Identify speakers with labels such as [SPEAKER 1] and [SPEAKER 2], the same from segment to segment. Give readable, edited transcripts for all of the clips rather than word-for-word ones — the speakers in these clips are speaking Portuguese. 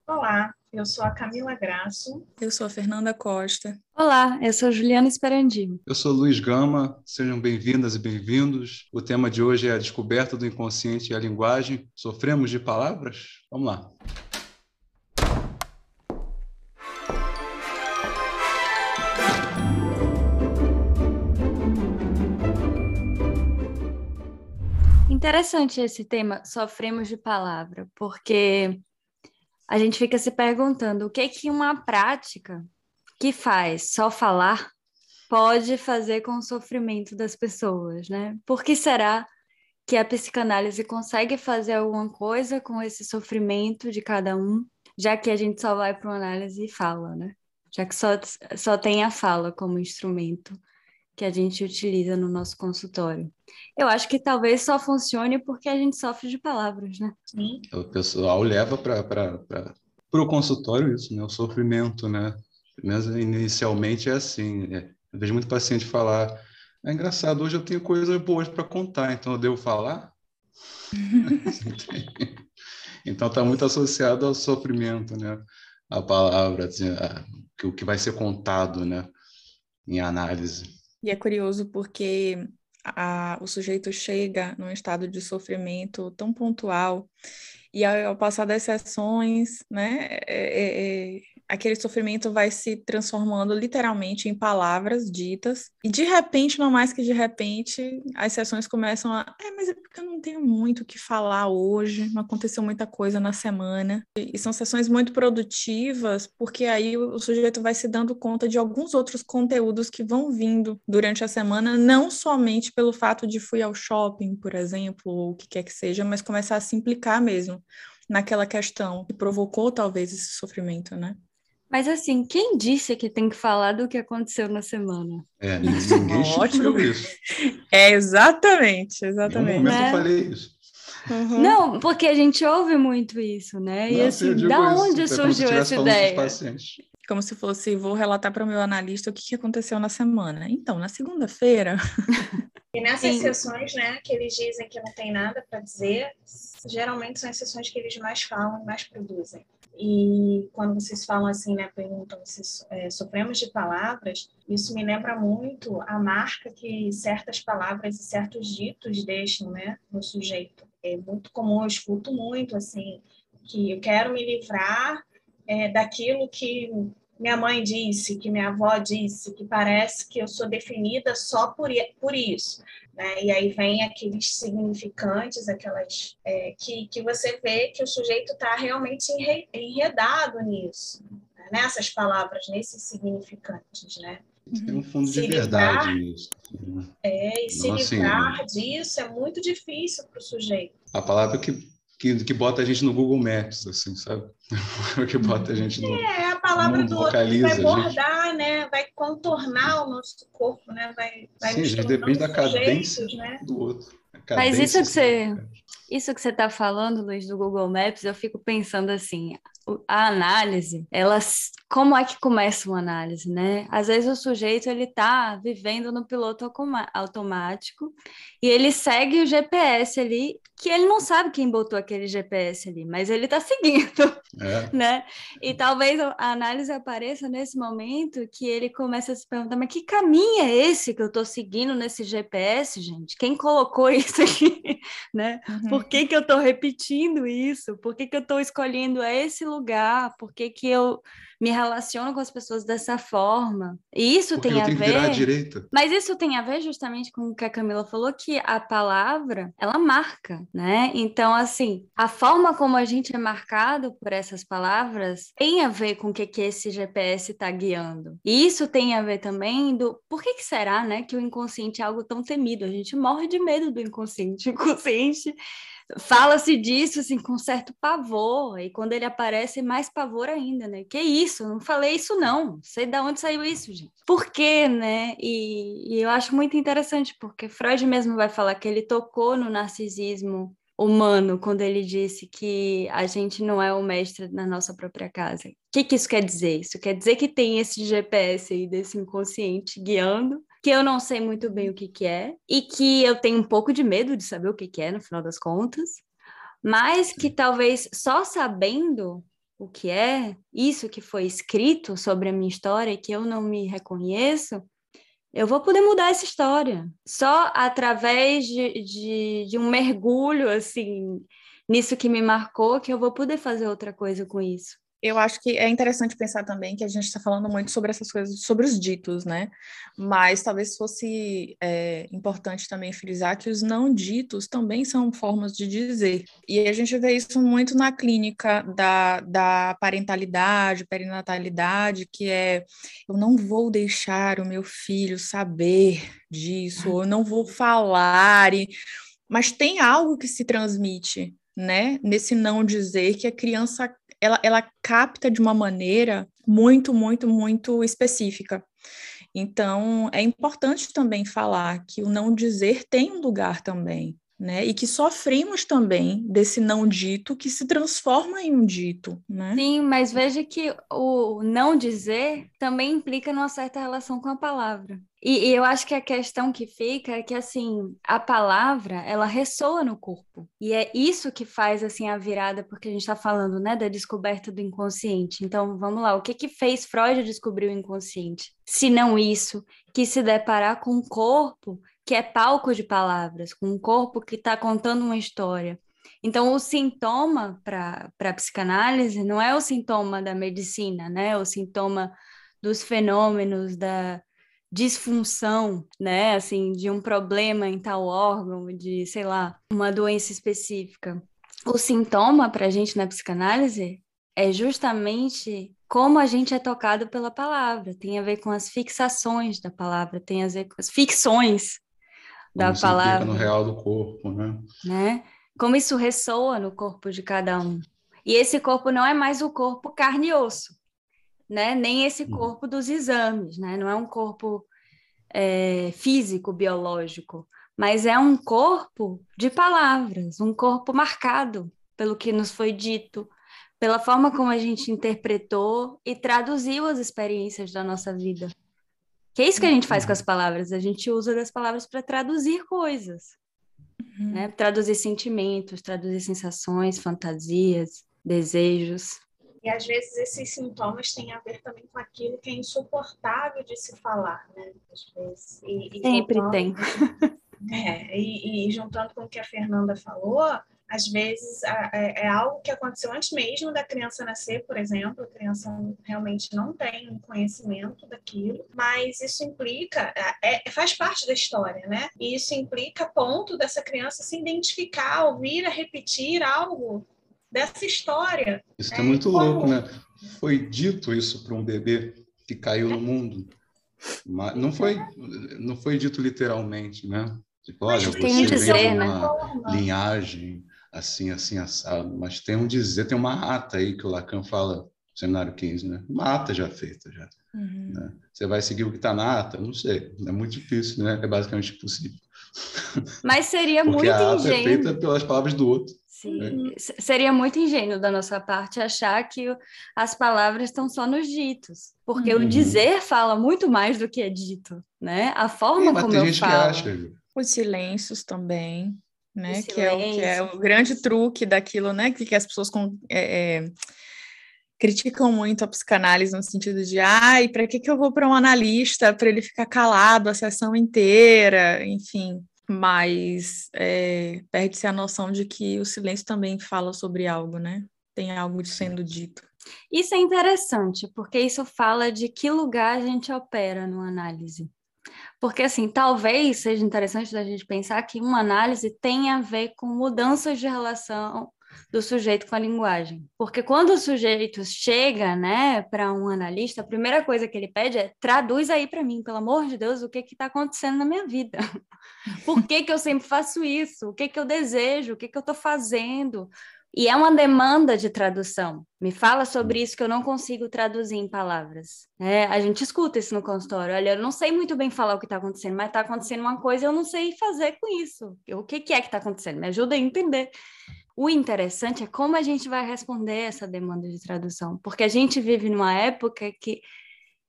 [SPEAKER 1] Olá, eu sou a Camila Graço.
[SPEAKER 2] Eu sou a Fernanda Costa.
[SPEAKER 3] Olá, eu sou Juliana Esperandio.
[SPEAKER 4] Eu sou Luiz Gama, sejam bem-vindas e bem-vindos. O tema de hoje é a descoberta do inconsciente e a linguagem. Sofremos de palavras? Vamos lá.
[SPEAKER 3] Interessante esse tema, sofremos de palavra, porque a gente fica se perguntando o que uma prática que faz só falar pode fazer com o sofrimento das pessoas, né? Por que será que a psicanálise consegue fazer alguma coisa com esse sofrimento de cada um, já que a gente só vai para uma análise e fala, né? Já que só tem a fala como instrumento que a gente utiliza no nosso consultório. Eu acho que talvez só funcione porque a gente sofre de palavras, né?
[SPEAKER 1] Sim.
[SPEAKER 4] O pessoal leva para o consultório isso, né? O sofrimento, né? Mas inicialmente é assim. Eu vejo muito paciente falar: é engraçado, hoje eu tenho coisas boas para contar, então eu devo falar? Então está muito associado ao sofrimento, né? A palavra, assim, o que vai ser contado, né? Em análise.
[SPEAKER 2] E é curioso porque o sujeito chega num estado de sofrimento tão pontual e ao passar das sessões, né, aquele sofrimento vai se transformando literalmente em palavras ditas e de repente, não mais que de repente, as sessões começam mas é porque eu não tenho muito o que falar hoje, não aconteceu muita coisa na semana. E são sessões muito produtivas porque aí o sujeito vai se dando conta de alguns outros conteúdos que vão vindo durante a semana, não somente pelo fato de fui ao shopping, por exemplo, ou o que quer que seja, mas começar a se implicar mesmo naquela questão que provocou talvez esse sofrimento, né?
[SPEAKER 3] Mas assim, quem disse que tem que falar do que aconteceu na semana?
[SPEAKER 4] Ninguém instituiu isso.
[SPEAKER 2] Exatamente.
[SPEAKER 4] Em nenhum momento
[SPEAKER 3] Né?
[SPEAKER 4] eu falei isso.
[SPEAKER 2] Uhum.
[SPEAKER 3] Não, porque a gente ouve muito isso, né? E
[SPEAKER 4] Não, eu
[SPEAKER 3] assim,
[SPEAKER 4] digo
[SPEAKER 3] da
[SPEAKER 4] isso,
[SPEAKER 3] onde
[SPEAKER 4] é como se eu
[SPEAKER 3] surgiu
[SPEAKER 4] estivesse
[SPEAKER 3] essa
[SPEAKER 4] falando para os
[SPEAKER 3] ideia?
[SPEAKER 4] pacientes.
[SPEAKER 2] Como se fosse, vou relatar para o meu analista o que aconteceu na semana. Então, na segunda-feira...
[SPEAKER 1] E nessas
[SPEAKER 3] Sim.
[SPEAKER 1] sessões, né, que eles dizem que não tem nada para dizer, geralmente são as sessões que eles mais falam e mais produzem. E quando vocês falam assim, né, perguntam se sofremos de palavras, isso me lembra muito a marca que certas palavras e certos ditos deixam, né, no sujeito. É muito comum, eu escuto muito, assim, que eu quero me livrar daquilo que minha mãe disse, que minha avó disse, que parece que eu sou definida só por isso. Né? E aí vem aqueles significantes, aquelas que você vê que o sujeito está realmente enredado nisso, né? Nessas palavras, nesses significantes, né?
[SPEAKER 4] Tem um fundo de
[SPEAKER 1] Se
[SPEAKER 4] verdade
[SPEAKER 1] livrar,
[SPEAKER 4] nisso.
[SPEAKER 1] e se
[SPEAKER 4] Não, assim,
[SPEAKER 1] livrar disso é muito difícil para o sujeito.
[SPEAKER 4] a palavra que bota a gente no Google Maps, assim, sabe? Que bota a gente no
[SPEAKER 1] A palavra
[SPEAKER 4] mundo,
[SPEAKER 1] do outro que vai
[SPEAKER 4] localiza a gente.
[SPEAKER 1] bordar, né? Vai contornar o nosso corpo, né? Vai
[SPEAKER 4] Sim, a
[SPEAKER 1] nos
[SPEAKER 4] gente depende
[SPEAKER 1] tornando
[SPEAKER 4] da cadência
[SPEAKER 1] sujeitos, né?
[SPEAKER 4] do outro. A
[SPEAKER 3] Mas
[SPEAKER 4] cadência
[SPEAKER 3] isso que você está falando, Luiz, do Google Maps, eu fico pensando assim, a análise, como é que começa uma análise, né? Às vezes o sujeito ele está vivendo no piloto automático e ele segue o GPS ali, que ele não sabe quem botou aquele GPS ali, mas ele está seguindo, né? E talvez a análise apareça nesse momento que ele começa a se perguntar, mas que caminho é esse que eu estou seguindo nesse GPS, gente? Quem colocou isso aqui? Né? Por que eu estou repetindo isso? Por que eu estou escolhendo esse lugar? Por que eu me relaciono com as pessoas dessa forma? E isso
[SPEAKER 4] Porque
[SPEAKER 3] tem
[SPEAKER 4] eu
[SPEAKER 3] a
[SPEAKER 4] tenho que virar à
[SPEAKER 3] ver...
[SPEAKER 4] direita.
[SPEAKER 3] Mas isso tem a ver justamente com o que a Camila falou, que a palavra, ela marca, né? Então, assim, a forma como a gente é marcado por essas palavras tem a ver com o que esse GPS está guiando. E isso tem a ver também por que será, né, que o inconsciente é algo tão temido? A gente morre de medo do inconsciente. O inconsciente fala-se disso assim com certo pavor, e quando ele aparece, mais pavor ainda, né? Que isso? Eu não falei isso, não. Sei de onde saiu isso, gente. Por quê, né? E eu acho muito interessante, porque Freud mesmo vai falar que ele tocou no narcisismo humano quando ele disse que a gente não é o mestre na nossa própria casa. O que isso quer dizer? Isso quer dizer que tem esse GPS aí desse inconsciente guiando, que eu não sei muito bem o que é, e que eu tenho um pouco de medo de saber o que é, no final das contas, mas que talvez só sabendo o que é, isso que foi escrito sobre a minha história e que eu não me reconheço, eu vou poder mudar essa história. Só através de um mergulho, assim, nisso que me marcou, que eu vou poder fazer outra coisa com isso.
[SPEAKER 2] Eu acho que é interessante pensar também que a gente está falando muito sobre essas coisas, sobre os ditos, né? Mas talvez fosse importante também frisar que os não ditos também são formas de dizer. E a gente vê isso muito na clínica da parentalidade, perinatalidade, que é: eu não vou deixar o meu filho saber disso, ou eu não vou falar. Mas tem algo que se transmite, né? Nesse não dizer, que a criança ela capta de uma maneira muito, muito, muito específica. Então, é importante também falar que o não dizer tem um lugar também, né? E que sofremos também desse não dito que se transforma em um dito, né?
[SPEAKER 3] Sim, mas veja que o não dizer também implica numa certa relação com a palavra. E eu acho que a questão que fica é que, assim, a palavra, ela ressoa no corpo. E é isso que faz, assim, a virada, porque a gente está falando, né, da descoberta do inconsciente. Então, vamos lá, o que fez Freud descobrir o inconsciente? Se não isso, que se deparar com um corpo que é palco de palavras, com um corpo que está contando uma história. Então, o sintoma para a psicanálise não é o sintoma da medicina, né? O sintoma dos fenômenos, da disfunção, né? Assim, de um problema em tal órgão, de, sei lá, uma doença específica. O sintoma para a gente na psicanálise é justamente como a gente é tocado pela palavra. Tem a ver com as fixações da palavra, tem a ver com as ficções da
[SPEAKER 4] Como se
[SPEAKER 3] palavra.
[SPEAKER 4] implica no real do corpo,
[SPEAKER 3] né? Como isso ressoa no corpo de cada um. E esse corpo não é mais o corpo carne e osso, né? Nem esse corpo dos exames, né? Não é um corpo físico, biológico, mas é um corpo de palavras, um corpo marcado pelo que nos foi dito, pela forma como a gente interpretou e traduziu as experiências da nossa vida. Que é isso que a gente faz com as palavras, a gente usa das palavras para traduzir coisas. Né? Traduzir sentimentos, traduzir sensações, fantasias, desejos.
[SPEAKER 1] E às vezes esses sintomas têm a ver também com aquilo que é insuportável de se falar, né? Às vezes.
[SPEAKER 3] Sempre tem.
[SPEAKER 1] E juntando com o que a Fernanda falou, às vezes é algo que aconteceu antes mesmo da criança nascer, por exemplo, a criança realmente não tem um conhecimento daquilo, mas isso implica, faz parte da história, né? E isso implica a ponto dessa criança se identificar, ouvir, a repetir algo dessa história.
[SPEAKER 4] Isso é muito louco, né? Foi dito isso para um bebê que caiu no mundo. Mas não foi dito literalmente, né? Tipo, olha, você vem de uma linhagem assim, assim, assado. Mas tem um dizer, tem uma ata aí que o Lacan fala no seminário 15, né? Uma ata já feita, já. Né? Você vai seguir o que está na ata? Não sei. É muito difícil, né? É basicamente impossível.
[SPEAKER 3] Mas seria
[SPEAKER 4] porque
[SPEAKER 3] muito
[SPEAKER 4] a ata
[SPEAKER 3] ingênuo.
[SPEAKER 4] é feita pelas palavras do outro.
[SPEAKER 3] Sim. Seria muito ingênuo da nossa parte achar que as palavras estão só nos ditos, porque o dizer fala muito mais do que é dito, né? A forma como eu falo. Mas tem gente que acha.
[SPEAKER 2] Os silêncios também, né? Que é o grande truque daquilo, né? Que as pessoas criticam muito a psicanálise no sentido de, para que eu vou para um analista para ele ficar calado a sessão inteira, enfim. Mas perde-se a noção de que o silêncio também fala sobre algo, né? Tem algo sendo dito.
[SPEAKER 3] Isso é interessante, porque isso fala de que lugar a gente opera numa análise. Porque, assim, talvez seja interessante da gente pensar que uma análise tem a ver com mudanças de relação do sujeito com a linguagem. Porque quando o sujeito chega, né, para um analista, a primeira coisa que ele pede é: traduz aí para mim, pelo amor de Deus, o que está acontecendo na minha vida. Por que eu sempre faço isso? O que eu desejo? O que eu estou fazendo? E é uma demanda de tradução. Me fala sobre isso que eu não consigo traduzir em palavras. A gente escuta isso no consultório. Olha, eu não sei muito bem falar o que está acontecendo, mas está acontecendo uma coisa e eu não sei fazer com isso. O que é que está acontecendo? Me ajuda a entender. O interessante é como a gente vai responder essa demanda de tradução. Porque a gente vive numa época que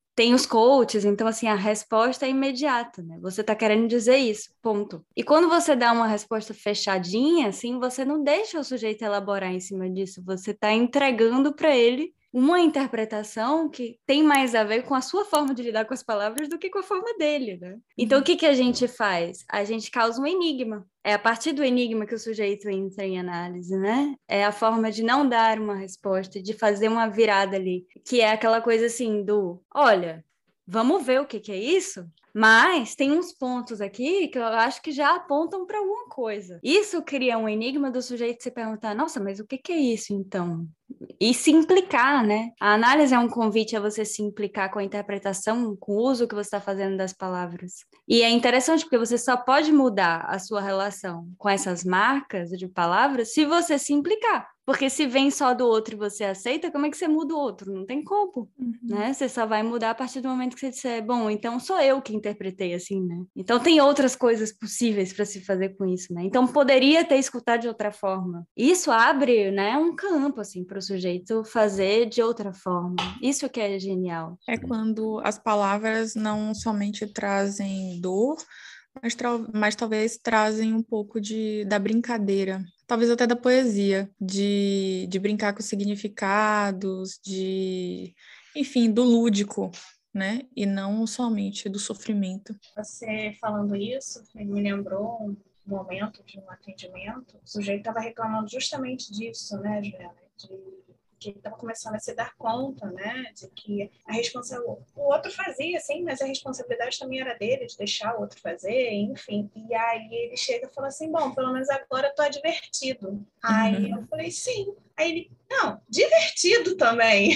[SPEAKER 3] tem os coaches, então, assim, a resposta é imediata, né? Você tá querendo dizer isso, ponto. E quando você dá uma resposta fechadinha, assim, você não deixa o sujeito elaborar em cima disso, você tá entregando para ele uma interpretação que tem mais a ver com a sua forma de lidar com as palavras do que com a forma dele, né? Então, o que a gente faz? A gente causa um enigma. É a partir do enigma que o sujeito entra em análise, né? É a forma de não dar uma resposta, de fazer uma virada ali, que é aquela coisa assim do, olha, vamos ver o que é isso? Mas tem uns pontos aqui que eu acho que já apontam para alguma coisa. Isso cria um enigma do sujeito se perguntar, nossa, mas o que é isso então? E se implicar, né? A análise é um convite a você se implicar com a interpretação, com o uso que você está fazendo das palavras. E é interessante porque você só pode mudar a sua relação com essas marcas de palavras se você se implicar. Porque se vem só do outro e você aceita, como é que você muda o outro? Não tem como, né? Você só vai mudar a partir do momento que você disser, bom, então sou eu que interpretei assim, né? Então tem outras coisas possíveis para se fazer com isso, né? Então poderia ter escutado de outra forma. Isso abre, né, um campo, assim, para o sujeito fazer de outra forma. Isso que é genial.
[SPEAKER 2] É quando as palavras não somente trazem dor, mas talvez trazem um pouco da brincadeira, talvez até da poesia, de brincar com significados, enfim, do lúdico, né? E não somente do sofrimento.
[SPEAKER 1] Você falando isso, me lembrou um momento de um atendimento, o sujeito estava reclamando justamente disso, né, Juliana? Que ele estava começando a se dar conta, né, de que o outro fazia, sim, mas a responsabilidade também era dele, de deixar o outro fazer, enfim. E aí ele chega e fala assim, bom, pelo menos agora eu tô divertido. Aí eu falei, sim. Aí ele, não, divertido também.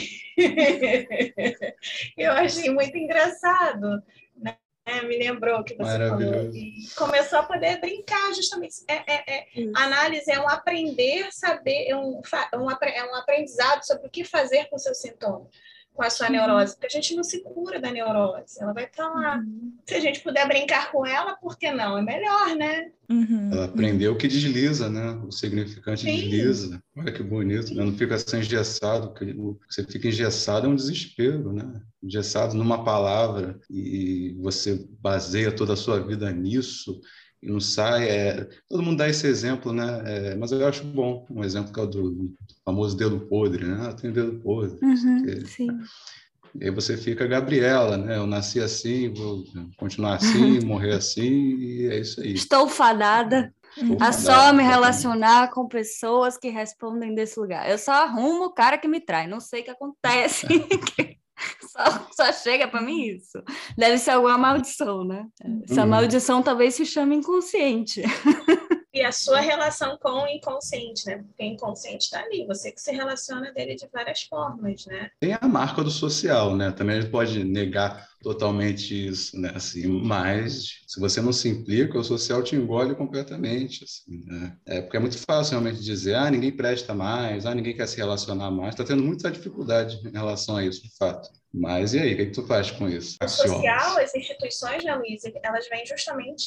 [SPEAKER 1] Eu achei muito engraçado, né? Me lembrou que você falou. E começou a poder brincar, justamente. Análise é um aprender, saber, é um aprendizado sobre o que fazer com o seu sintoma, com a sua neurose, porque a gente não se cura da neurose, ela vai estar lá. Se a gente puder brincar com ela, por que não? É melhor, né?
[SPEAKER 4] Ela aprendeu que desliza, né? O significante desliza. Olha que bonito, né? Não fica assim engessado, porque você fica engessado é um desespero, né? Engessado numa palavra e você baseia toda a sua vida nisso e não sai. Todo mundo dá esse exemplo, né? Mas eu acho bom, um exemplo que é o do famoso dedo podre, né? Tem dedo podre.
[SPEAKER 3] Sim.
[SPEAKER 4] E aí você fica Gabriela, né? Eu nasci assim, vou continuar assim, morrer assim, e é isso aí.
[SPEAKER 3] Estou fadada a só me relacionar com pessoas que respondem desse lugar. Eu só arrumo o cara que me trai, não sei o que acontece. Só chega para mim isso. Deve ser alguma maldição, né? Essa maldição talvez se chame inconsciente.
[SPEAKER 1] E a sua relação com o inconsciente, né? Porque o inconsciente está ali, você que se relaciona dele de várias formas, né?
[SPEAKER 4] Tem a marca do social, né? Também a gente pode negar totalmente isso, né? Assim, mas se você não se implica, o social te engole completamente, assim, né? Porque é muito fácil realmente dizer, ninguém presta mais, ninguém quer se relacionar mais. Está tendo muita dificuldade em relação a isso, de fato. Mas e aí, o que tu faz com isso?
[SPEAKER 1] O social, as instituições, né, Luiz, elas vêm justamente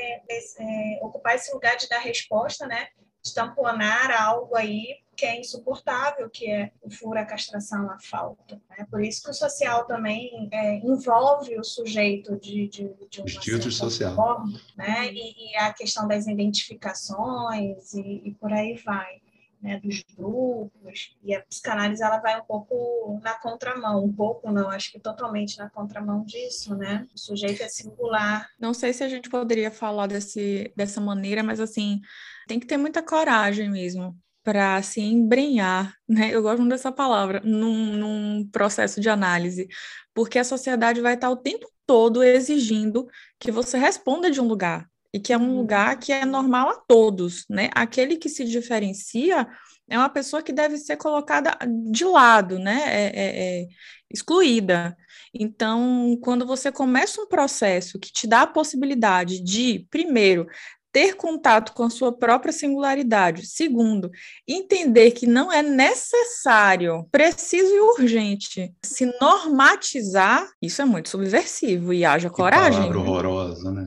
[SPEAKER 1] ocupar esse lugar de dar resposta, né, de tamponar algo aí que é insuportável, que é o furo, a castração, a falta. Né? Por isso que o social também envolve o sujeito de uma
[SPEAKER 4] certa
[SPEAKER 1] social. Forma, né? E a questão das identificações e por aí vai. Né, dos grupos, e a psicanálise ela vai um pouco na contramão, um pouco não, acho que totalmente na contramão disso, né? O sujeito é singular.
[SPEAKER 2] Não sei se a gente poderia falar dessa maneira, mas assim, tem que ter muita coragem mesmo para se embrenhar, né? Eu gosto muito dessa palavra, num processo de análise, porque a sociedade vai estar o tempo todo exigindo que você responda de um lugar, e que é um lugar que é normal a todos, né? Aquele que se diferencia é uma pessoa que deve ser colocada de lado, né? Excluída. Então, quando você começa um processo que te dá a possibilidade de, primeiro, ter contato com a sua própria singularidade. Segundo, entender que não é necessário, preciso e urgente se normatizar, isso é muito subversivo e haja coragem.
[SPEAKER 4] Que palavra horrorosa, né?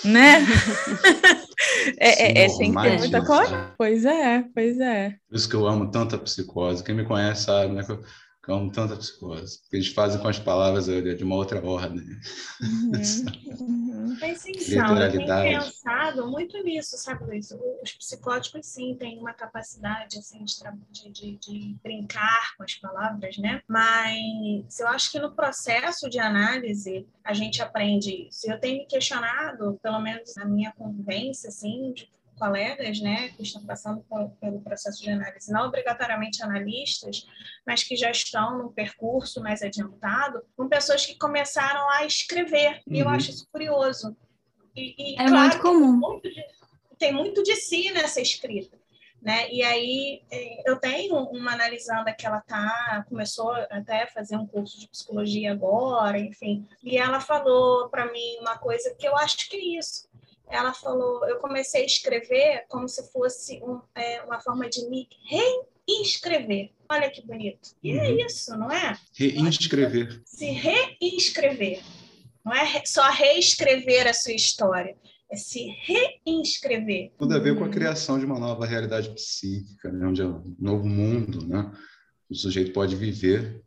[SPEAKER 2] Tem que ter muita coragem. Pois é.
[SPEAKER 4] Por isso que eu amo tanto a psicose. Quem me conhece sabe, né? como tanta psicose. Eles fazem com as palavras de uma outra ordem.
[SPEAKER 1] Mas então, eu tenho
[SPEAKER 4] Literalidade.
[SPEAKER 1] pensado muito nisso, sabe, Luiz? Os psicóticos, sim, têm uma capacidade, assim, de brincar com as palavras, né? Mas eu acho que no processo de análise, a gente aprende isso. Eu tenho me questionado, pelo menos na minha convivência, assim, de colegas, né, que estão passando pelo processo de análise, não obrigatoriamente analistas, mas que já estão num percurso mais adiantado, com pessoas que começaram a escrever. E eu acho isso curioso. E
[SPEAKER 3] É muito
[SPEAKER 1] claro,
[SPEAKER 3] comum.
[SPEAKER 1] tem muito de si nessa escrita. Né? E aí eu tenho uma analisanda que ela começou até a fazer um curso de psicologia agora, enfim, e ela falou para mim uma coisa que eu acho que é isso. Ela falou, eu comecei a escrever como se fosse uma forma de me reinscrever. Olha que bonito. E é isso, não é?
[SPEAKER 4] Reinscrever.
[SPEAKER 1] Se reinscrever. Não é só reescrever a sua história, é se reinscrever.
[SPEAKER 4] Tudo a ver com a criação de uma nova realidade psíquica, né? Onde é um novo mundo, né? O sujeito pode viver.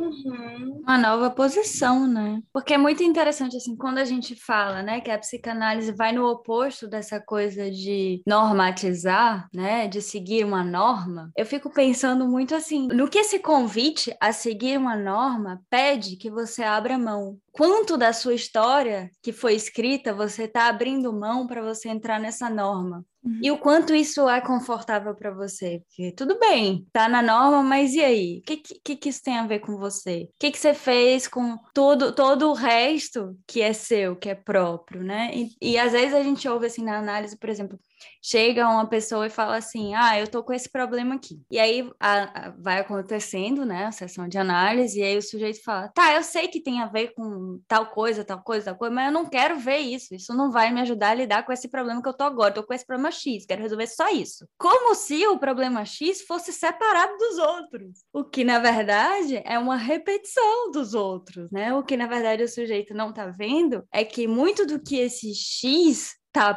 [SPEAKER 3] Uma nova posição, né? Porque é muito interessante, assim, quando a gente fala, né, que a psicanálise vai no oposto dessa coisa de normatizar, né, de seguir uma norma, eu fico pensando muito assim, no que esse convite a seguir uma norma pede que você abra mão. Quanto da sua história que foi escrita você está abrindo mão para você entrar nessa norma? E o quanto isso é confortável para você? Porque tudo bem, tá na norma, mas e aí? O que isso tem a ver com você? O que você fez com todo o resto que é seu, que é próprio, né? E às vezes a gente ouve assim na análise, por exemplo, chega uma pessoa e fala assim, eu tô com esse problema aqui. E aí vai acontecendo, né, a sessão de análise, e aí o sujeito fala, tá, eu sei que tem a ver com tal coisa, mas eu não quero ver isso não vai me ajudar a lidar com esse problema que eu tô agora, tô com esse problema X, quero resolver só isso. Como se o problema X fosse separado dos outros, o que na verdade é uma repetição dos outros, né? O que na verdade o sujeito não tá vendo é que muito do que esse X está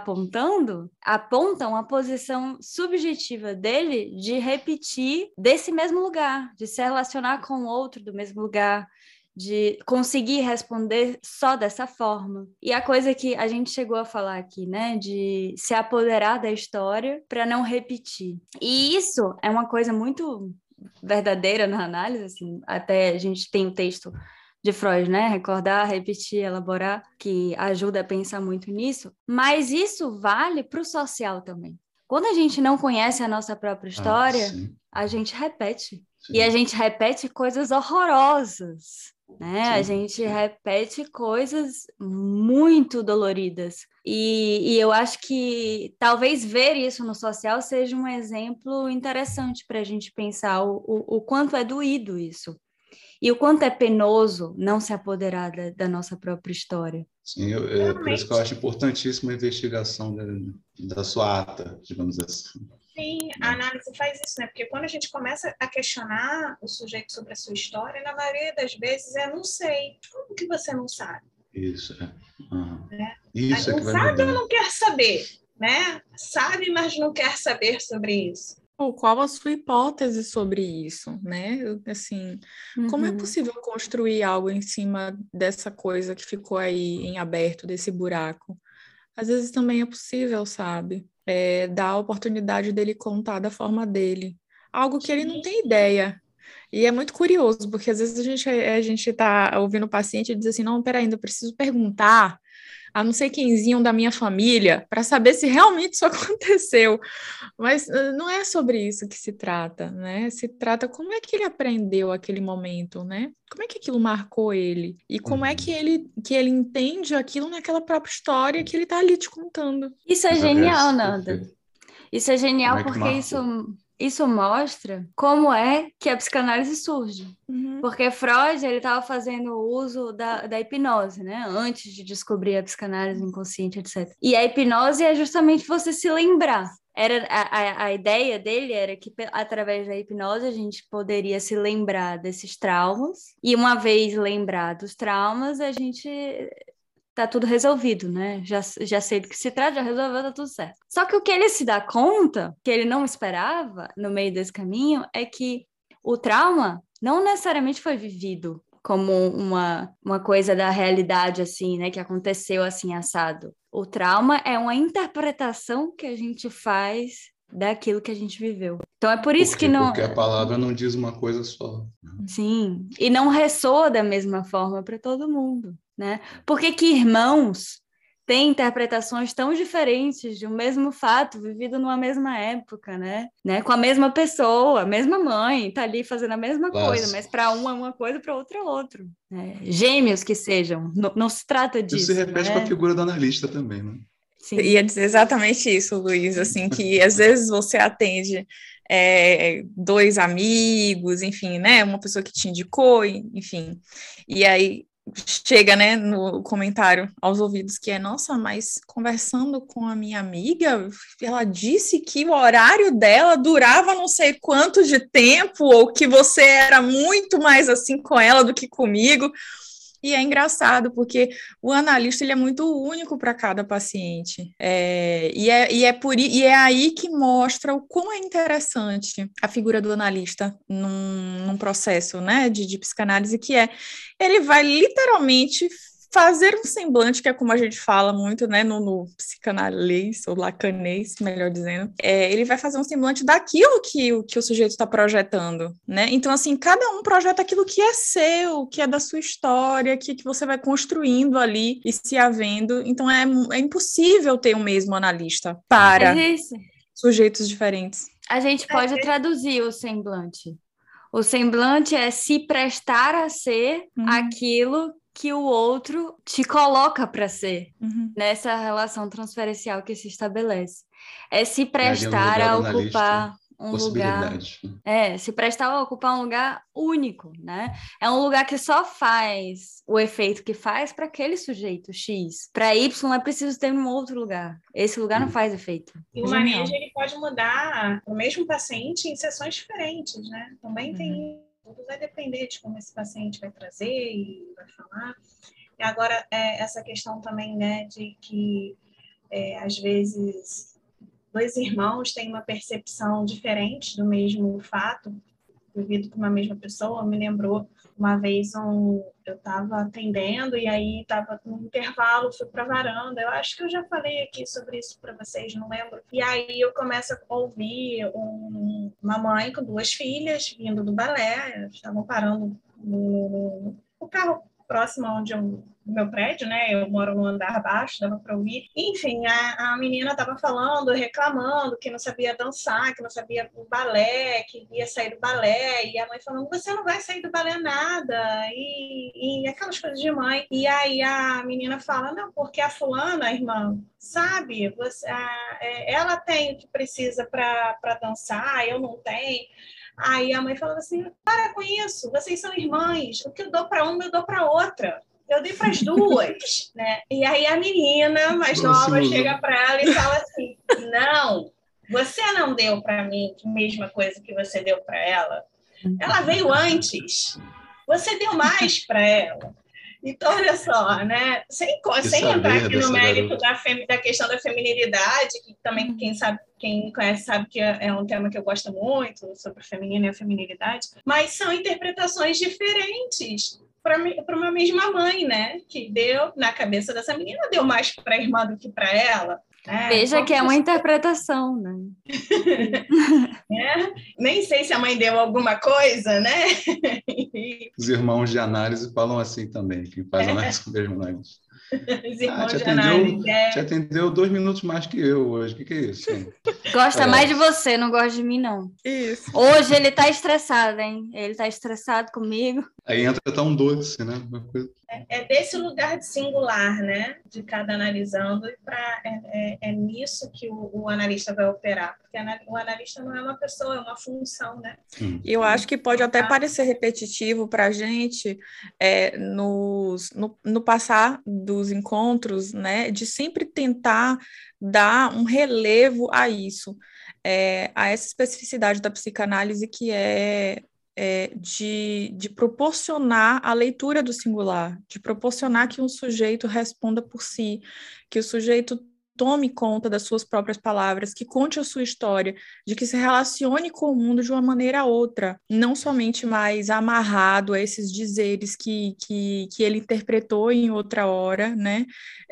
[SPEAKER 3] apontam a posição subjetiva dele de repetir desse mesmo lugar, de se relacionar com o outro do mesmo lugar, de conseguir responder só dessa forma. E a coisa que a gente chegou a falar aqui, né, de se apoderar da história para não repetir. E isso é uma coisa muito verdadeira na análise, assim, até a gente tem um texto de Freud, né? Recordar, repetir, elaborar, que ajuda a pensar muito nisso. Mas isso vale para o social também. Quando a gente não conhece a nossa própria história, a gente repete. Sim. E a gente repete coisas horrorosas, né? Sim. A gente repete coisas muito doloridas. E eu acho que talvez ver isso no social seja um exemplo interessante para a gente pensar o quanto é doído isso. E o quanto é penoso não se apoderar da nossa própria história.
[SPEAKER 4] Sim, por isso que eu acho importantíssima a investigação da sua ata, digamos assim.
[SPEAKER 1] Sim, a análise faz isso, né? Porque quando a gente começa a questionar o sujeito sobre a sua história, na maioria das vezes não sei. Como que você não sabe?
[SPEAKER 4] Isso,
[SPEAKER 1] Né?
[SPEAKER 4] Isso
[SPEAKER 1] não
[SPEAKER 4] que vai
[SPEAKER 1] sabe
[SPEAKER 4] mudar.
[SPEAKER 1] ou não quer saber, né? Sabe, mas não quer saber sobre isso.
[SPEAKER 2] Ou qual a sua hipótese sobre isso, né? Assim, como é possível construir algo em cima dessa coisa que ficou aí em aberto, desse buraco? Às vezes também é possível, sabe? Dar a oportunidade dele contar da forma dele. Algo que ele não tem ideia. E é muito curioso, porque às vezes a gente tá ouvindo o paciente e diz assim, não, peraí, ainda preciso perguntar a não sei quemzinho da minha família para saber se realmente isso aconteceu. Mas não é sobre isso que se trata, né? Se trata como é que ele aprendeu aquele momento, né? Como é que aquilo marcou ele? E como é que ele entende aquilo naquela própria história que ele está ali te contando.
[SPEAKER 3] Isso é genial, Nanda. Isso é genial
[SPEAKER 4] Como é que
[SPEAKER 3] porque isso mostra como é que a psicanálise surge. Porque Freud, ele estava fazendo uso da hipnose, né? Antes de descobrir a psicanálise inconsciente, etc. E a hipnose é justamente você se lembrar. A ideia dele era que, através da hipnose, a gente poderia se lembrar desses traumas. E uma vez lembrar dos traumas, a gente... tá tudo resolvido, né? Já sei do que se trata, já resolveu, tá tudo certo. Só que o que ele se dá conta, que ele não esperava no meio desse caminho, é que o trauma não necessariamente foi vivido como uma coisa da realidade, assim, né? Que aconteceu assim, assado. O trauma é uma interpretação que a gente faz daquilo que a gente viveu. Então é por isso que não...
[SPEAKER 4] Porque a palavra não diz uma coisa só.
[SPEAKER 3] Sim, e não ressoa da mesma forma para todo mundo, né? Por que que irmãos têm interpretações tão diferentes de um mesmo fato vivido numa mesma época, né? Com a mesma pessoa, a mesma mãe, tá ali fazendo a mesma coisa, mas para um é uma coisa, para outro é outro, né? Gêmeos que sejam, não se trata
[SPEAKER 4] Isso
[SPEAKER 3] disso,
[SPEAKER 4] se repete com a
[SPEAKER 3] né?
[SPEAKER 4] figura do analista também, né?
[SPEAKER 3] Sim.
[SPEAKER 2] Eu ia dizer exatamente isso, Luiz, assim, que às vezes você atende dois amigos, enfim, né, uma pessoa que te indicou, enfim, e aí chega, né, no comentário aos ouvidos que nossa, mas conversando com a minha amiga, ela disse que o horário dela durava não sei quanto de tempo, ou que você era muito mais assim com ela do que comigo. E é engraçado, porque o analista ele é muito único para cada paciente. E é aí que mostra o quão é interessante a figura do analista num processo, né, de psicanálise, que ele vai literalmente fazer um semblante, que é como a gente fala muito, né, no psicanalês, ou lacanês, melhor dizendo, ele vai fazer um semblante daquilo que o sujeito está projetando, né? Então, assim, cada um projeta aquilo que é seu, que é da sua história, que você vai construindo ali e se havendo. Então, é impossível ter o mesmo analista para sujeitos diferentes.
[SPEAKER 3] A gente pode traduzir o semblante. O semblante é se prestar a ser aquilo que o outro te coloca para ser, nessa relação transferencial que se estabelece. É se prestar a ocupar um lugar... se prestar a ocupar um lugar único, né? É um lugar que só faz o efeito que faz para aquele sujeito X. Para Y é preciso ter um outro lugar. Esse lugar não faz efeito.
[SPEAKER 1] E o manejo ele pode mudar o mesmo paciente em sessões diferentes, né? Também tem... Tudo vai depender de como esse paciente vai trazer e vai falar. E agora, essa questão também, né, de que, às vezes, dois irmãos têm uma percepção diferente do mesmo fato, vivido por uma mesma pessoa. Me lembrou uma vez eu estava atendendo e aí estava no intervalo, fui para a varanda. Eu acho que eu já falei aqui sobre isso para vocês, não lembro. E aí eu começo a ouvir uma mãe com duas filhas vindo do balé, estavam parando no carro próximo onde no meu prédio, né? Eu moro no andar baixo, dava para ouvir. Enfim, a menina estava falando, reclamando que não sabia dançar, que não sabia o balé, que ia sair do balé. E a mãe falando, você não vai sair do balé nada. E aquelas coisas de mãe. E aí a menina fala, não, porque a fulana, a irmã, sabe, ela tem o que precisa para dançar, eu não tenho. Aí a mãe falou assim, para com isso, vocês são irmãs, o que eu dou para uma, eu dou para outra. Eu dei para as duas, né? E aí a menina mais nova chega para ela e fala assim, não, você não deu para mim a mesma coisa que você deu para ela. Ela veio antes, você deu mais para ela. Então, olha só, né? Sem entrar aqui no mérito da questão da feminilidade, que também quem me conhece sabe que é um tema que eu gosto muito, sobre o feminino e a feminilidade, mas são interpretações diferentes para uma mesma mãe, né? Que deu, na cabeça dessa menina, deu mais para a irmã do que para ela.
[SPEAKER 3] Veja que é uma interpretação, né?
[SPEAKER 1] Nem sei se a mãe deu alguma coisa, né?
[SPEAKER 4] Os irmãos de análise falam assim também, quem faz análise com personagens.
[SPEAKER 1] Os irmãos de análise.
[SPEAKER 4] Te atendeu 2 minutos mais que eu hoje. O que é isso?
[SPEAKER 3] Gosta mais de você, não gosta de mim, não.
[SPEAKER 2] Isso.
[SPEAKER 3] Hoje ele tá estressado, hein? Ele tá estressado comigo.
[SPEAKER 4] Aí entra tão doce, né? Uma coisa...
[SPEAKER 1] É desse lugar de singular, né? De cada analisando, e é nisso que o analista vai operar. Porque o analista não é uma pessoa, é uma função, né?
[SPEAKER 2] E eu acho que pode até parecer repetitivo para a gente no passar dos encontros, né? De sempre tentar dar um relevo a isso, a essa especificidade da psicanálise que de proporcionar a leitura do singular, de proporcionar que um sujeito responda por si, que o sujeito tome conta das suas próprias palavras, que conte a sua história, de que se relacione com o mundo de uma maneira ou outra, não somente mais amarrado a esses dizeres que ele interpretou em outra hora, né?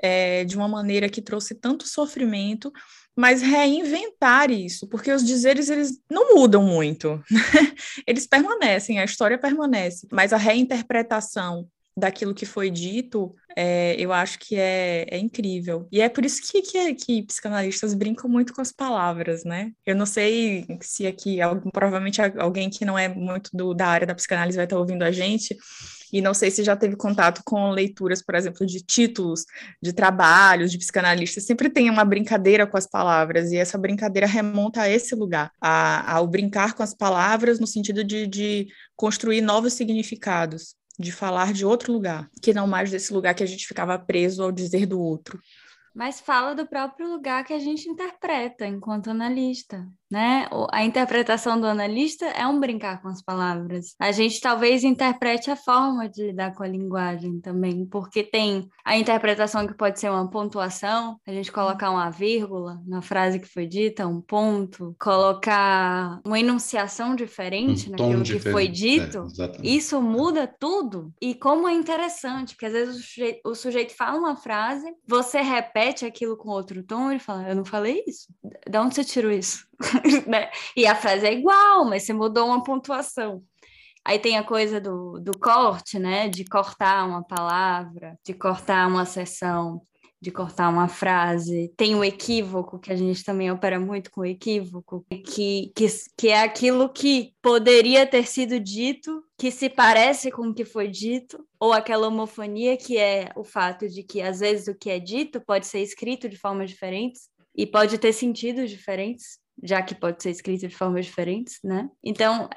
[SPEAKER 2] De uma maneira que trouxe tanto sofrimento, mas reinventar isso, porque os dizeres, eles não mudam muito, né? Eles permanecem, a história permanece, mas a reinterpretação daquilo que foi dito, eu acho que é incrível. E é por isso que psicanalistas brincam muito com as palavras, né? Eu não sei se aqui, provavelmente alguém que não é muito da área da psicanálise vai estar ouvindo a gente, e não sei se já teve contato com leituras, por exemplo, de títulos de trabalhos de psicanalistas, sempre tem uma brincadeira com as palavras, e essa brincadeira remonta a esse lugar, ao brincar com as palavras no sentido de construir novos significados, de falar de outro lugar, que não mais desse lugar que a gente ficava preso ao dizer do outro.
[SPEAKER 3] Mas fala do próprio lugar que a gente interpreta enquanto analista, né? A interpretação do analista é um brincar com as palavras. A gente talvez interprete a forma de lidar com a linguagem também, porque tem a interpretação que pode ser uma pontuação, a gente colocar uma vírgula na frase que foi dita, um ponto, colocar uma enunciação diferente naquilo que foi dito, isso muda tudo. E como é interessante, porque às vezes o sujeito fala uma frase, você repete aquilo com outro tom e fala, eu não falei isso. De onde você tirou isso? Né? E a frase é igual, mas você mudou uma pontuação. Aí tem a coisa do corte, né? De cortar uma palavra, de cortar uma seção, de cortar uma frase. Tem o equívoco, que a gente também opera muito com equívoco, que é aquilo que poderia ter sido dito, que se parece com o que foi dito, ou aquela homofonia, que é o fato de que, às vezes, o que é dito pode ser escrito de formas diferentes e pode ter sentidos diferentes, já que pode ser escrito de formas diferentes, né? Então,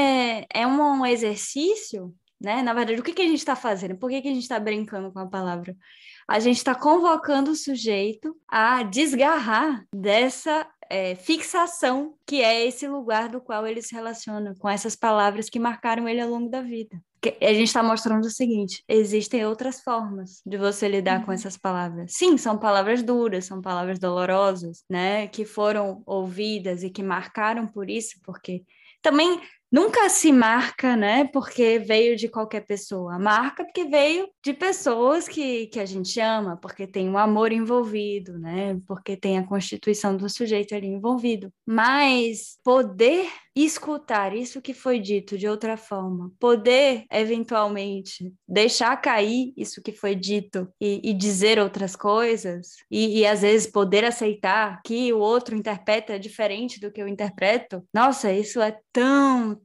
[SPEAKER 3] é um exercício, né? Na verdade, o que a gente está fazendo? Por que a gente está brincando com a palavra? A gente está convocando o sujeito a desgarrar dessa fixação que é esse lugar do qual ele se relaciona, com essas palavras que marcaram ele ao longo da vida. A gente está mostrando o seguinte, existem outras formas de você lidar com essas palavras. Sim, são palavras duras, são palavras dolorosas, né, que foram ouvidas e que marcaram por isso, porque também nunca se marca, né, porque veio de qualquer pessoa. Marca porque veio de pessoas que a gente ama, porque tem um amor envolvido, né, porque tem a constituição do sujeito ali envolvido. Mas poder escutar isso que foi dito de outra forma, poder, eventualmente, deixar cair isso que foi dito e dizer outras coisas, e às vezes poder aceitar que o outro interpreta diferente do que eu interpreto, nossa, isso é tão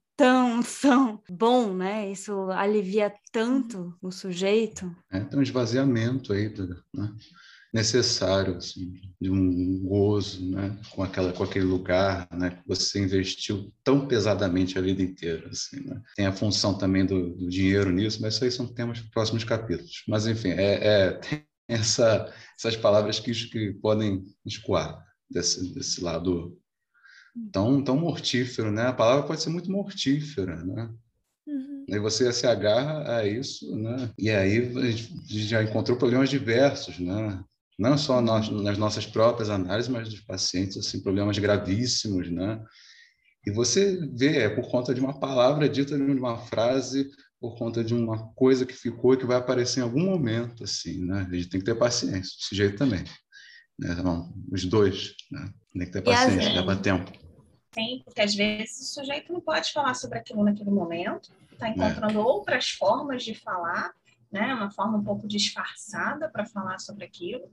[SPEAKER 3] bom, né? Isso alivia tanto o sujeito.
[SPEAKER 4] Tem um esvaziamento aí, né? Necessário, assim, de um gozo, né? Com aquele lugar, né? Que você investiu tão pesadamente a vida inteira, assim, né? Tem a função também do dinheiro nisso, mas isso aí são temas para os próximos capítulos. Mas, enfim, tem essas palavras que podem escoar desse lado tão mortífero, né? A palavra pode ser muito mortífera, né? E você se agarra a isso, né? E aí a gente já encontrou problemas diversos, né? Não só nas nossas próprias análises, mas dos pacientes, assim, problemas gravíssimos, né? E você vê, é por conta de uma palavra dita, de uma frase, por conta de uma coisa que ficou e que vai aparecer em algum momento, assim, né? A gente tem que ter paciência, o sujeito também, né? Não, os dois, né? Tem que ter paciência, leva tempo.
[SPEAKER 1] Sim, porque às vezes o sujeito não pode falar sobre aquilo naquele momento, está encontrando outras formas de falar, né? Uma forma um pouco disfarçada para falar sobre aquilo,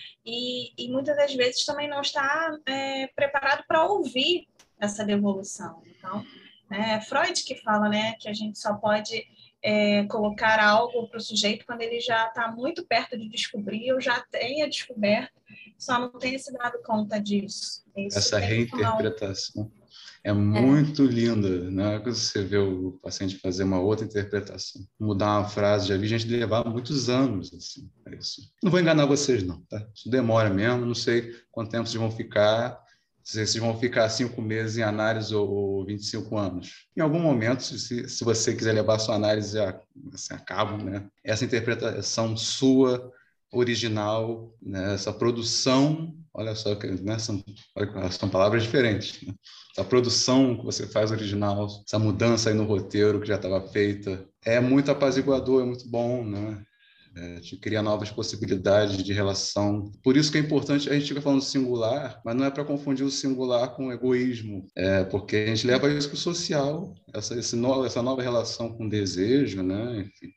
[SPEAKER 1] e muitas das vezes também não está preparado para ouvir essa devolução. Então, é Freud que fala, né, que a gente só pode colocar algo para o sujeito quando ele já está muito perto de descobrir, ou já tenha descoberto, só não tenha se dado conta disso.
[SPEAKER 4] Essa reinterpretação é muito linda, né? Quando você vê o paciente fazer uma outra interpretação, mudar uma frase, já vi gente levar muitos anos assim, a isso. Não vou enganar vocês, não, tá? Isso demora mesmo, não sei quanto tempo vocês vão ficar, se vocês vão ficar 5 meses em análise ou 25 anos. Em algum momento, se você quiser levar a sua análise assim, a cabo, né? Essa interpretação sua original, né? Essa produção, olha só, né? São palavras diferentes, né? Essa produção que você faz original, essa mudança aí no roteiro que já estava feita, é muito apaziguador, é muito bom, né? Te cria novas possibilidades de relação. Por isso que é importante, a gente fica falando singular, mas não é para confundir o singular com o egoísmo, porque a gente leva isso para o social, essa nova relação com o desejo, né? Enfim,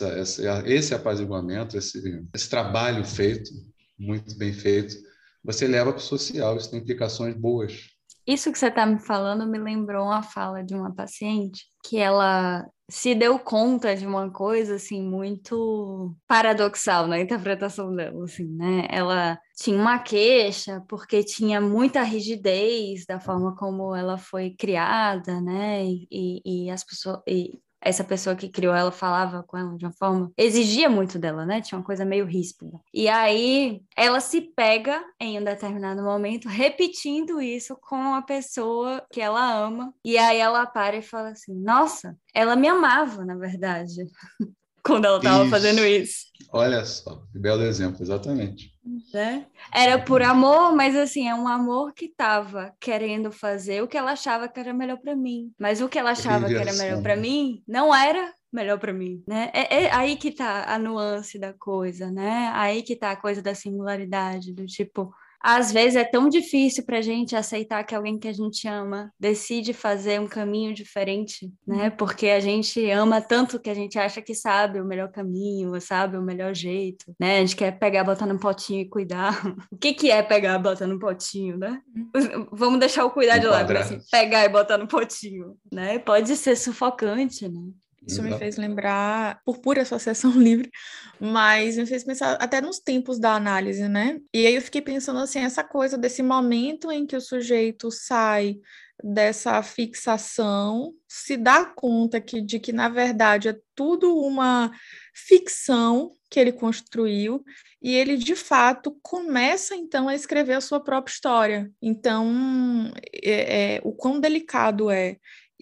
[SPEAKER 4] esse apaziguamento, esse trabalho feito, muito bem feito, você leva para o social, isso tem implicações boas.
[SPEAKER 3] Isso que você está me falando me lembrou uma fala de uma paciente que ela se deu conta de uma coisa, assim, muito paradoxal na interpretação dela, assim, né? Ela tinha uma queixa porque tinha muita rigidez da forma como ela foi criada, né? E as pessoas... essa pessoa que criou ela falava com ela de uma forma, exigia muito dela, né? Tinha uma coisa meio ríspida. E aí ela se pega em um determinado momento repetindo isso com a pessoa que ela ama. E aí ela para e fala assim: nossa, ela me amava, na verdade, quando ela estava fazendo isso.
[SPEAKER 4] Olha só, que belo exemplo, exatamente.
[SPEAKER 3] Né? Era por amor, mas assim, é um amor que estava querendo fazer o que ela achava que era melhor para mim. Mas o que ela achava que era melhor para mim não era melhor para mim, né? É aí que tá a nuance da coisa, né? Aí que tá a coisa da singularidade, do tipo... Às vezes é tão difícil para a gente aceitar que alguém que a gente ama decide fazer um caminho diferente, né? Porque a gente ama tanto que a gente acha que sabe o melhor caminho, sabe o melhor jeito, né? A gente quer pegar, botar num potinho e cuidar. O que é pegar, botar num potinho, né? Vamos deixar o cuidar de lado, mas assim, pegar e botar no potinho, né? Pode ser sufocante, né?
[SPEAKER 2] Isso me fez lembrar, por pura associação livre, mas me fez pensar até nos tempos da análise, né? E aí eu fiquei pensando assim, essa coisa desse momento em que o sujeito sai dessa fixação, se dá conta de que, na verdade, é tudo uma ficção que ele construiu, e ele, de fato, começa, então, a escrever a sua própria história. Então, o quão delicado é.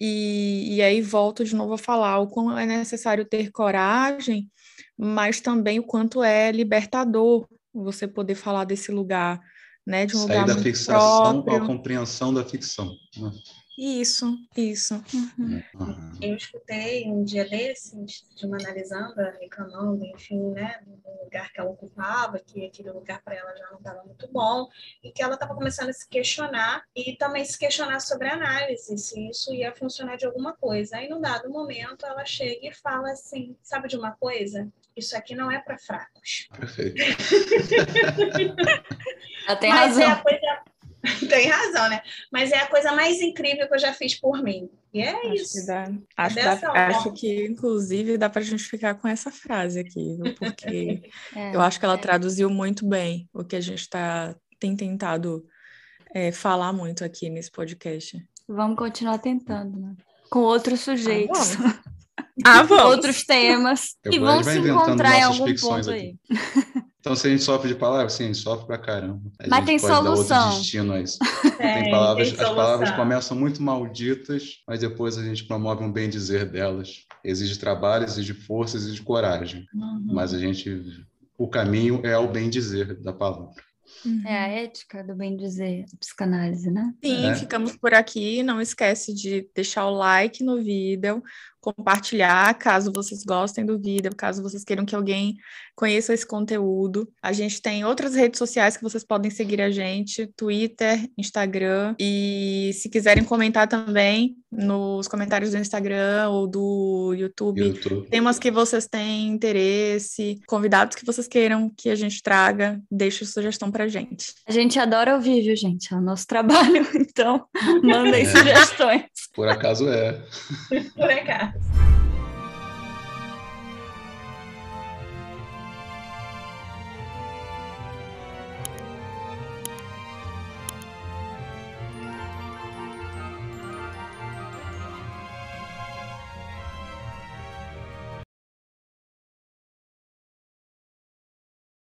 [SPEAKER 2] E aí volto de novo a falar o quão é necessário ter coragem, mas também o quanto é libertador você poder falar desse lugar, né, de um lugar muito próprio. Sair da fixação
[SPEAKER 4] à compreensão da ficção, né?
[SPEAKER 2] Isso.
[SPEAKER 3] Uhum.
[SPEAKER 1] Eu escutei um dia desses, de uma analisanda reclamando, enfim, né, do lugar que ela ocupava, que aquele lugar para ela já não estava muito bom, e que ela estava começando a se questionar, e também se questionar sobre a análise, se isso ia funcionar de alguma coisa. Aí, num dado momento, ela chega e fala assim, sabe de uma coisa? Isso aqui não é para fracos.
[SPEAKER 4] Perfeito.
[SPEAKER 3] Ela tem razão.
[SPEAKER 1] Tem razão, né? Mas é a coisa mais incrível que eu já fiz por mim. E é isso.
[SPEAKER 2] Acho que, inclusive, dá para a gente ficar com essa frase aqui, viu? Porque eu acho que ela traduziu muito bem o que a gente tem tentado falar muito aqui nesse podcast.
[SPEAKER 3] Vamos continuar tentando, né? Com outros sujeitos.
[SPEAKER 2] Vamos.
[SPEAKER 3] Outros temas. E vão se encontrar em algum ponto aí.
[SPEAKER 4] Então, se a gente sofre de palavras, sim, a gente sofre pra caramba.
[SPEAKER 3] Mas tem solução.
[SPEAKER 4] Dar outro destino a isso. Tem palavras, as palavras começam muito malditas, mas depois a gente promove um bem dizer delas. Exige trabalho, exige força, exige coragem. Mas o caminho é ao bem dizer da palavra.
[SPEAKER 3] É a ética do bem dizer, a psicanálise, né?
[SPEAKER 2] Sim, ficamos por aqui. Não esquece de deixar o like no vídeo, compartilhar caso vocês gostem do vídeo, caso vocês queiram que alguém conheça esse conteúdo. A gente tem outras redes sociais que vocês podem seguir a gente, Twitter, Instagram, e se quiserem comentar também nos comentários do Instagram ou do YouTube. Temas que vocês têm interesse, convidados que vocês queiram que a gente traga, deixe sugestão pra gente.
[SPEAKER 3] A gente adora ouvir, viu, gente? É o nosso trabalho, então mandem sugestões.
[SPEAKER 4] Por acaso é.
[SPEAKER 1] Por acaso.